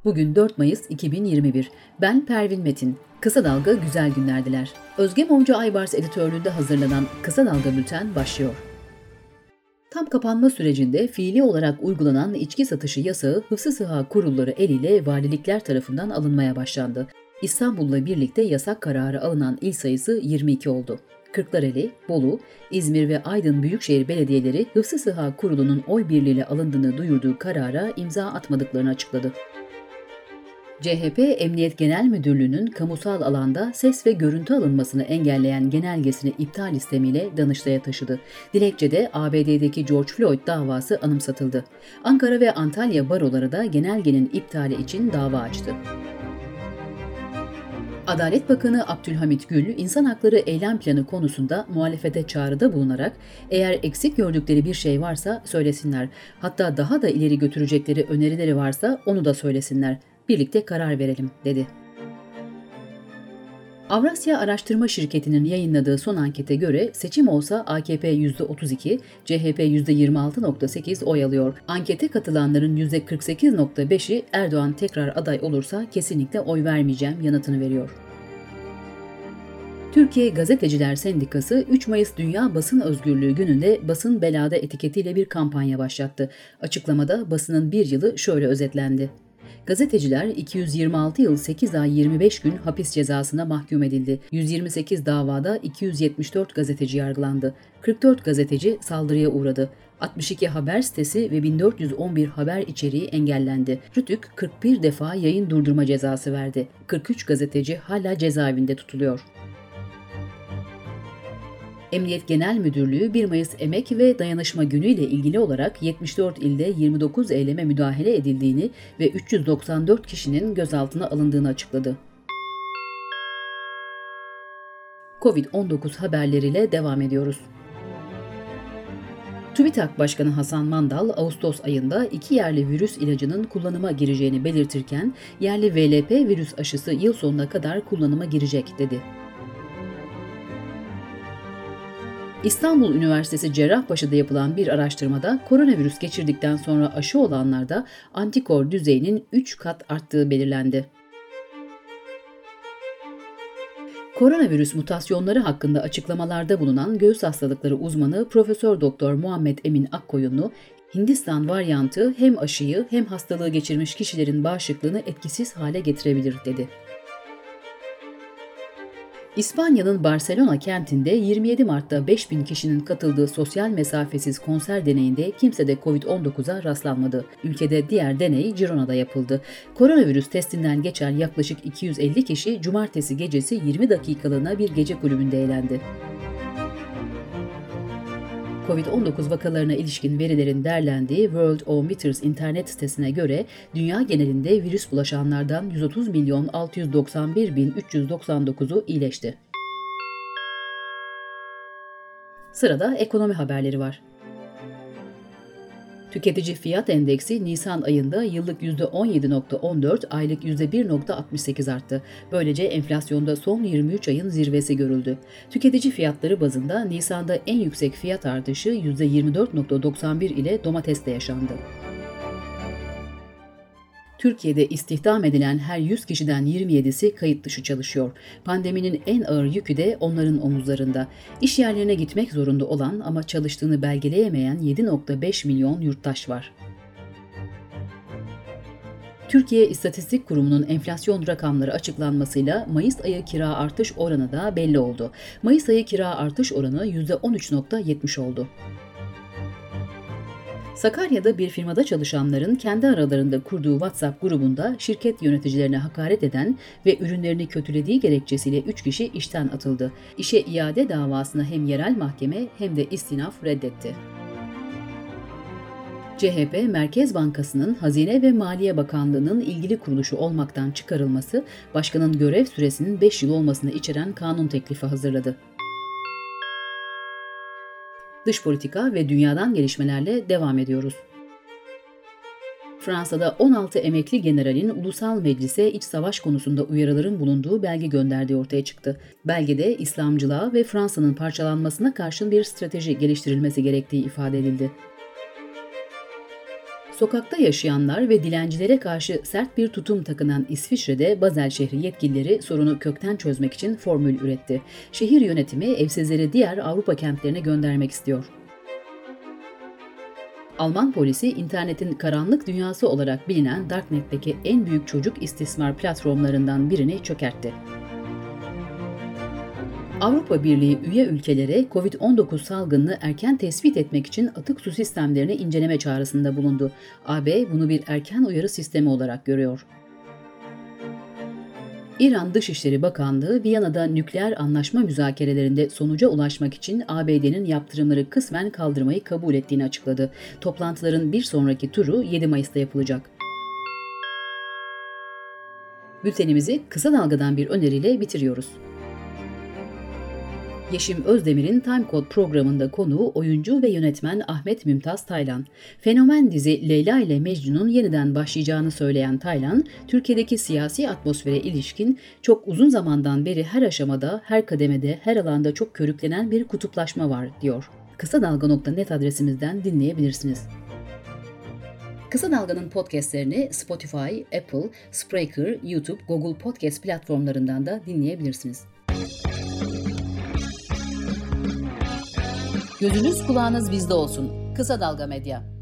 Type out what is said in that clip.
Bugün 4 Mayıs 2021. Ben Pervin Metin. Kısa Dalga güzel günlerdiler. Özge Mumcu Aybars editörlüğünde hazırlanan Kısa Dalga Bülten başlıyor. Tam kapanma sürecinde fiili olarak uygulanan içki satışı yasağı Hıfzı Sıha Kurulları eliyle valilikler tarafından alınmaya başlandı. İstanbul'la birlikte yasak kararı alınan il sayısı 22 oldu. Kırklareli, Bolu, İzmir ve Aydın Büyükşehir Belediyeleri Hıfzı Sıha Kurulu'nun oy birliğiyle alındığını duyurduğu karara imza atmadıklarını açıkladı. CHP Emniyet Genel Müdürlüğü'nün kamusal alanda ses ve görüntü alınmasını engelleyen genelgesini iptal istemiyle Danıştay'a taşıdı. Dilekçede ABD'deki George Floyd davası anımsatıldı. Ankara ve Antalya baroları da genelgenin iptali için dava açtı. Adalet Bakanı Abdülhamit Gül, insan hakları eylem planı konusunda muhalefete çağrıda bulunarak eğer eksik gördükleri bir şey varsa söylesinler, hatta daha da ileri götürecekleri önerileri varsa onu da söylesinler, birlikte karar verelim, dedi. Avrasya Araştırma Şirketi'nin yayınladığı son ankete göre seçim olsa AKP %32, CHP %26.8 oy alıyor. Ankete katılanların %48.5'i Erdoğan tekrar aday olursa kesinlikle oy vermeyeceğim yanıtını veriyor. Türkiye Gazeteciler Sendikası 3 Mayıs Dünya Basın Özgürlüğü Günü'nde basın belada etiketiyle bir kampanya başlattı. Açıklamada basının bir yılı şöyle özetlendi. Gazeteciler 226 yıl 8 ay 25 gün hapis cezasına mahkum edildi. 128 davada 274 gazeteci yargılandı. 44 gazeteci saldırıya uğradı. 62 haber sitesi ve 1411 haber içeriği engellendi. Rütük 41 defa yayın durdurma cezası verdi. 43 gazeteci hala cezaevinde tutuluyor. Emniyet Genel Müdürlüğü 1 Mayıs Emek ve Dayanışma Günü ile ilgili olarak 74 ilde 29 eyleme müdahale edildiğini ve 394 kişinin gözaltına alındığını açıkladı. Covid-19 haberleriyle devam ediyoruz. TÜBİTAK Başkanı Hasan Mandal, Ağustos ayında 2 yerli virüs ilacının kullanıma gireceğini belirtirken, yerli VLP virüs aşısı yıl sonuna kadar kullanıma girecek, dedi. İstanbul Üniversitesi Cerrahpaşa'da yapılan bir araştırmada koronavirüs geçirdikten sonra aşı olanlarda antikor düzeyinin 3 kat arttığı belirlendi. Koronavirüs mutasyonları hakkında açıklamalarda bulunan göğüs hastalıkları uzmanı Profesör Doktor Muhammed Emin Akkoyunlu, Hindistan varyantı hem aşıyı hem hastalığı geçirmiş kişilerin bağışıklığını etkisiz hale getirebilir, dedi. İspanya'nın Barcelona kentinde 27 Mart'ta 5000 kişinin katıldığı sosyal mesafesiz konser deneyinde kimsede Covid-19'a rastlanmadı. Ülkede diğer deney Girona'da yapıldı. Koronavirüs testinden geçen yaklaşık 250 kişi cumartesi gecesi 20 dakikalığına bir gece kulübünde eğlendi. Covid-19 vakalarına ilişkin verilerin derlendiği Worldometers internet sitesine göre dünya genelinde virüs bulaşanlardan 130.691.399'u iyileşti. Sırada ekonomi haberleri var. Tüketici fiyat endeksi Nisan ayında yıllık %17.14, aylık %1.68 arttı. Böylece enflasyonda son 23 ayın zirvesi görüldü. Tüketici fiyatları bazında Nisan'da en yüksek fiyat artışı %24.91 ile domateste yaşandı. Türkiye'de istihdam edilen her 100 kişiden 27'si kayıt dışı çalışıyor. Pandeminin en ağır yükü de onların omuzlarında. İş yerlerine gitmek zorunda olan ama çalıştığını belgeleyemeyen 7,5 milyon yurttaş var. Türkiye İstatistik Kurumu'nun enflasyon rakamları açıklanmasıyla Mayıs ayı kira artış oranı da belli oldu. Mayıs ayı kira artış oranı %13,70 oldu. Sakarya'da bir firmada çalışanların kendi aralarında kurduğu WhatsApp grubunda şirket yöneticilerine hakaret eden ve ürünlerini kötülediği gerekçesiyle 3 kişi işten atıldı. İşe iade davasını hem yerel mahkeme hem de istinaf reddetti. CHP Merkez Bankası'nın Hazine ve Maliye Bakanlığı'nın ilgili kuruluşu olmaktan çıkarılması, başkanın görev süresinin 5 yıl olmasını içeren kanun teklifi hazırladı. Dış politika ve dünyadan gelişmelerle devam ediyoruz. Fransa'da 16 emekli generalin ulusal meclise iç savaş konusunda uyarıların bulunduğu belge gönderdiği ortaya çıktı. Belgede İslamcılığa ve Fransa'nın parçalanmasına karşın bir strateji geliştirilmesi gerektiği ifade edildi. Sokakta yaşayanlar ve dilencilere karşı sert bir tutum takınan İsviçre'de Basel şehri yetkilileri sorunu kökten çözmek için formül üretti. Şehir yönetimi evsizleri diğer Avrupa kentlerine göndermek istiyor. Alman polisi internetin karanlık dünyası olarak bilinen Darknet'teki en büyük çocuk istismar platformlarından birini çökertti. Avrupa Birliği üye ülkelere COVID-19 salgınını erken tespit etmek için atık su sistemlerini inceleme çağrısında bulundu. AB bunu bir erken uyarı sistemi olarak görüyor. İran Dışişleri Bakanlığı, Viyana'da nükleer anlaşma müzakerelerinde sonuca ulaşmak için ABD'nin yaptırımları kısmen kaldırmayı kabul ettiğini açıkladı. Toplantıların bir sonraki turu 7 Mayıs'ta yapılacak. Bültenimizi kısa dalgadan bir öneriyle bitiriyoruz. Yeşim Özdemir'in Time Code programında konuğu oyuncu ve yönetmen Ahmet Mümtaz Taylan. Fenomen dizi Leyla ile Mecnun'un yeniden başlayacağını söyleyen Taylan, Türkiye'deki siyasi atmosfere ilişkin çok uzun zamandan beri her aşamada, her kademede, her alanda çok körüklenen bir kutuplaşma var, diyor. Kısadalga.net adresimizden dinleyebilirsiniz. Kısa Dalga'nın podcastlerini Spotify, Apple, Spreaker, YouTube, Google Podcast platformlarından da dinleyebilirsiniz. Gözünüz kulağınız bizde olsun. Kısa Dalga Medya.